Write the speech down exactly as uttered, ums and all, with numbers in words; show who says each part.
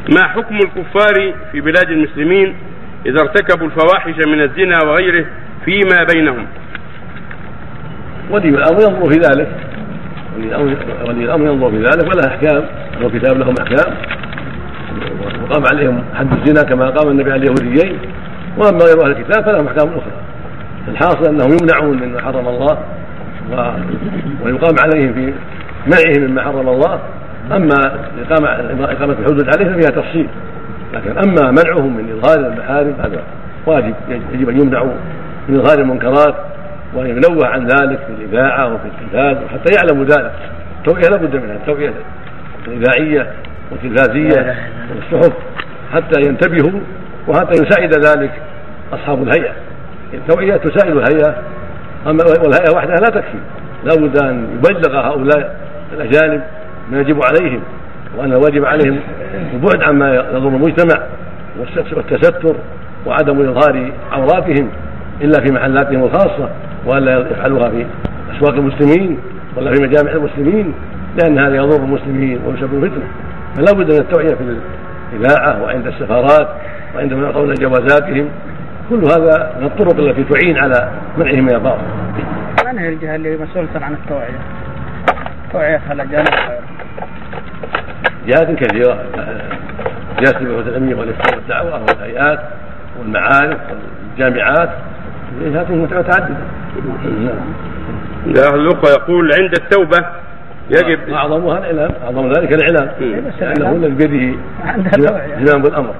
Speaker 1: ما حكم الكفار في بلاد المسلمين إذا ارتكبوا الفواحش من الزنا وغيره فيما بينهم؟
Speaker 2: ولي الأمر ينظر في ذلك ولي الأمر ينظر في ذلك وله أحكام، له كتاب لهم أحكام، وقام عليهم حد الزنا كما قام النبي على اليهوديين، وأما غير أهل الكتاب فلهم أحكام أخرى. الحاصل أنهم يمنعون مما حرم الله ويقام عليهم في منعهم مما حرم الله. أما إقامة الحدود عليهم فيها تفصيل، لكن أما منعهم من إظهار المحارم هذا واجب، يجب أن يمنعوا من إظهار المنكرات وأن ينوه عن ذلك في الإذاعة وفي التلفاز وحتى يعلموا ذلك. التوعية لا بد منها، التوعية الإذاعية والتلفازية والصحف حتى ينتبهوا وحتى يساعد ذلك أصحاب الهيئة. التوعية تساعد الهيئة، والهيئة وحدها لا تكفي، لا بد أن يبلغ هؤلاء الأجانب ما يجب عليهم، وأن الواجب عليهم البعد عما يضر المجتمع والتستر وعدم إظهار عوراتهم إلا في محلاتهم الخاصة، وألا يفعلوها في أسواق المسلمين ولا في مجامع المسلمين، لأن هذا يضر المسلمين ويسبب فتنة. فلا بد من التوعية في الإذاعة وعند السفارات وعندما يعطون جوازاتهم. كل هذا من الطرق التي تعين على منعهم من الباطل.
Speaker 3: من هي الجهة اللي مسؤولة عن التوعية؟ توعية الأجانب
Speaker 2: جهات كثيرة، جهات البحوث العلمية والإفتاء والدعوة والهيئات والمعارف والجامعات، جهات متعددة.
Speaker 1: أهل الأخوة يقول عند التوبة يجب
Speaker 2: أعظمها الإعلام، أعظم ذلك الإعلام، لأنه الذي بيده زمام بالأمر.